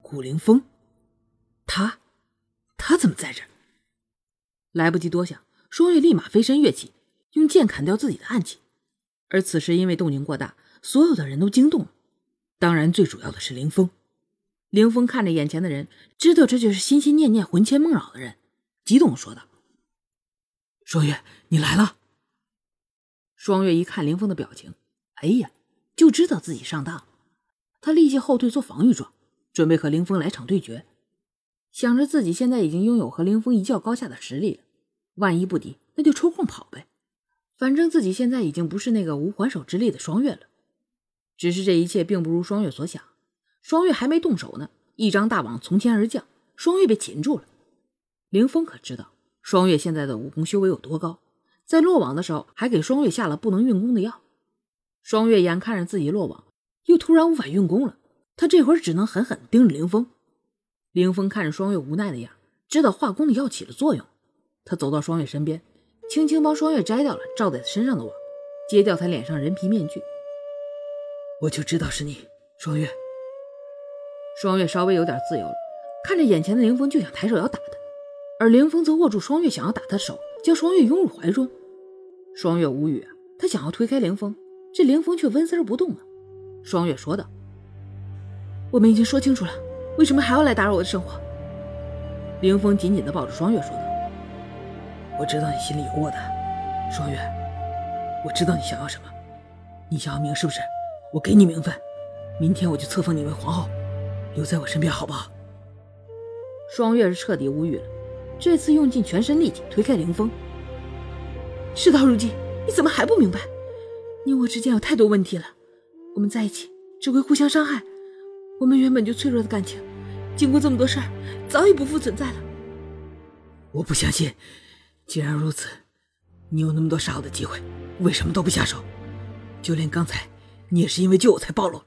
古灵风，他怎么在这儿？来不及多想，双月立马飞身跃起，用剑砍掉自己的暗器。而此时因为动静过大，所有的人都惊动了，当然最主要的是凌风。凌风看着眼前的人，知道这就是心心念念魂牵梦绕的人，激动说道：双月，你来了。双月一看凌风的表情，哎呀，就知道自己上当了。他立即后退做防御状，准备和凌风来场对决。想着自己现在已经拥有和凌风一较高下的实力了，万一不敌，那就抽空跑呗。反正自己现在已经不是那个无还手之力的双月了。只是这一切并不如双月所想，双月还没动手呢，一张大网从天而降，双月被擒住了。凌风可知道双月现在的武功修为有多高，在落网的时候还给双月下了不能运功的药。双月眼看着自己落网，又突然无法运功了，他这会儿只能狠狠盯着凌风。凌风看着双月无奈的样，知道化功的药起了作用。他走到双月身边，轻轻帮双月摘掉了罩在他身上的网，揭掉他脸上人皮面具。我就知道是你，双月。双月稍微有点自由了，看着眼前的凌风就想抬手要打他，而凌风则握住双月想要打他的手，将双月拥入怀中。双月无语啊，他想要推开凌风，这凌风却纹丝不动啊。双月说道：我们已经说清楚了，为什么还要来打扰我的生活？凌风紧紧地抱着双月说道：我知道你心里有我的，双月，我知道你想要什么。你想要名是不是？我给你名分，明天我就册封你为皇后，留在我身边好不好？双月是彻底无语了，这次用尽全身力气推开凌风。事到如今，你怎么还不明白？你我之间有太多问题了，我们在一起只会互相伤害，我们原本就脆弱的感情，经过这么多事儿，早已不复存在了。我不相信，既然如此，你有那么多杀我的机会，为什么都不下手？就连刚才你也是因为救我才暴露。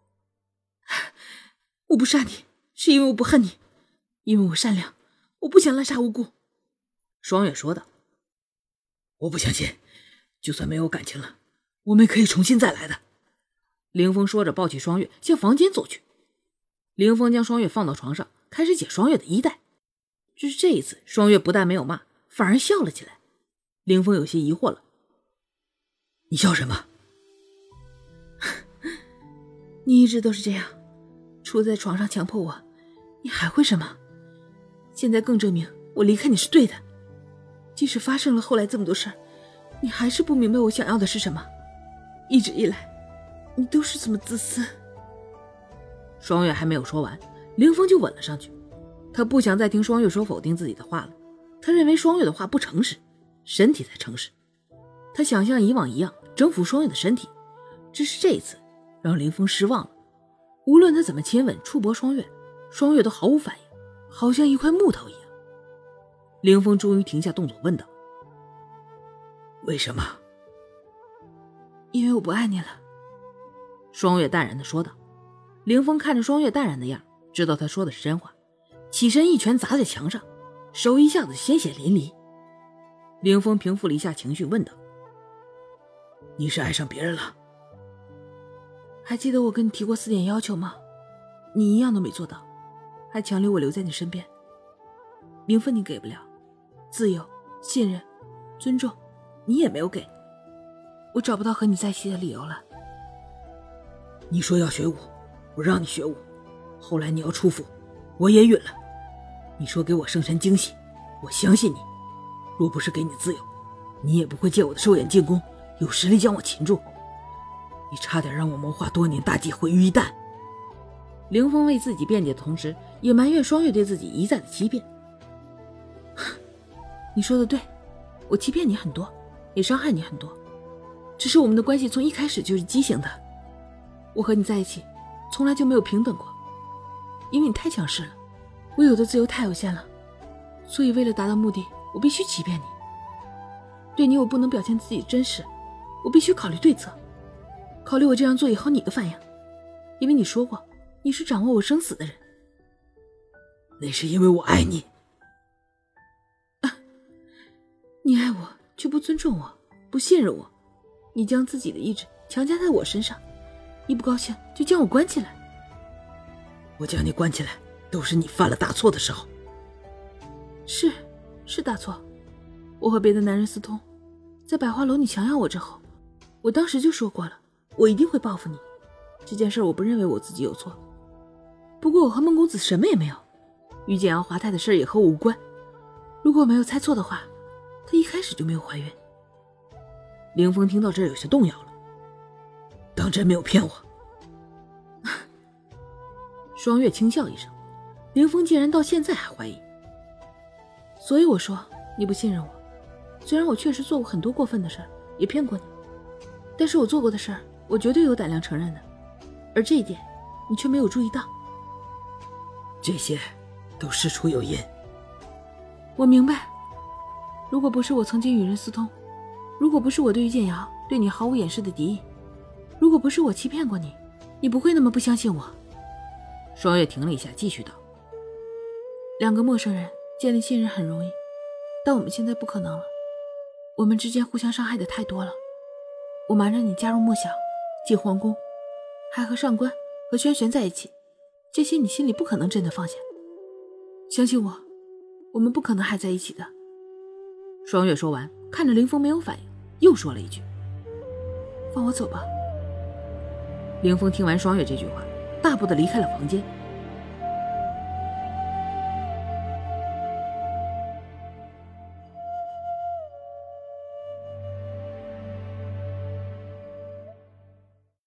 我不杀你，是因为我不恨你，因为我善良，我不想滥杀无辜。双月说道。我不相信，就算没有感情了，我们可以重新再来的。凌风说着抱起双月向房间走去。凌风将双月放到床上，开始解双月的衣带。只是这一次双月不但没有骂，反而笑了起来。凌风有些疑惑了，你笑什么？你一直都是这样，除了在床上强迫我，你还会什么？现在更证明我离开你是对的。即使发生了后来这么多事儿，你还是不明白我想要的是什么。一直以来，你都是这么自私。双月还没有说完，凌风就吻了上去。他不想再听双月说否定自己的话了，他认为双月的话不诚实，身体才诚实。他想像以往一样征服双月的身体，只是这一次让凌风失望了。无论他怎么亲吻触摸双月，双月都毫无反应，好像一块木头一样。凌风终于停下动作问道：为什么？因为我不爱你了。双月淡然地说道。凌风看着双月淡然的样，知道他说的是真话，起身一拳砸在墙上，手一下子鲜血淋漓。凌风平复了一下情绪问道：你是爱上别人了？还记得我跟你提过4点要求吗？你一样都没做到，还强留我留在你身边。名分你给不了，自由、信任、尊重你也没有给，我找不到和你在一起的理由了。你说要学武，我让你学武，后来你要出府，我也允了。你说给我圣山惊喜，我相信你，若不是给你自由，你也不会借我的寿眼进宫，有实力将我擒住。你差点让我谋划多年大计毁于一旦。凌风为自己辩解的同时，也埋怨双月对自己一再的欺骗。你说的对，我欺骗你很多，也伤害你很多，只是我们的关系从一开始就是畸形的。我和你在一起从来就没有平等过，因为你太强势了，我有的自由太有限了，所以为了达到目的，我必须欺骗你。对你我不能表现自己真实，我必须考虑对策，考虑我这样做以后你的反应，因为你说过你是掌握我生死的人。那是因为我爱你。你爱我却不尊重我，不信任我，你将自己的意志强加在我身上，一不高兴就将我关起来。我将你关起来， 都是你犯了大错的时候。 是大错。我和别的男人私通，在百花楼你强要我之后，我当时就说过了，我一定会报复你。这件事我不认为我自己有错。不过我和孟公子什么也没有，于简瑶华太的事也和我无关。如果我没有猜错的话，她一开始就没有怀孕。 凌风听到这儿有些动摇了，当真没有骗我？ 双月轻笑一声，凌风竟然到现在还怀疑。所以我说你不信任我，虽然我确实做过很多过分的事儿，也骗过你，但是我做过的事儿我绝对有胆量承认的，而这一点你却没有注意到。 这些都事出有因。 我明白，如果不是我曾经与人私通，如果不是我对于剑瑶对你毫无掩饰的敌意，如果不是我欺骗过你，你不会那么不相信我。 双月停了一下，继续道： 两个陌生人建立信任很容易，但我们现在不可能了。我们之间互相伤害的太多了。我瞒着你加入莫小，进皇宫，还和上官和轩辕在一起，这些你心里不可能真的放下。相信我，我们不可能还在一起的。 双月说完，看着凌风没有反应，又说了一句： 放我走吧。 凌风听完双月这句话，大步地离开了房间。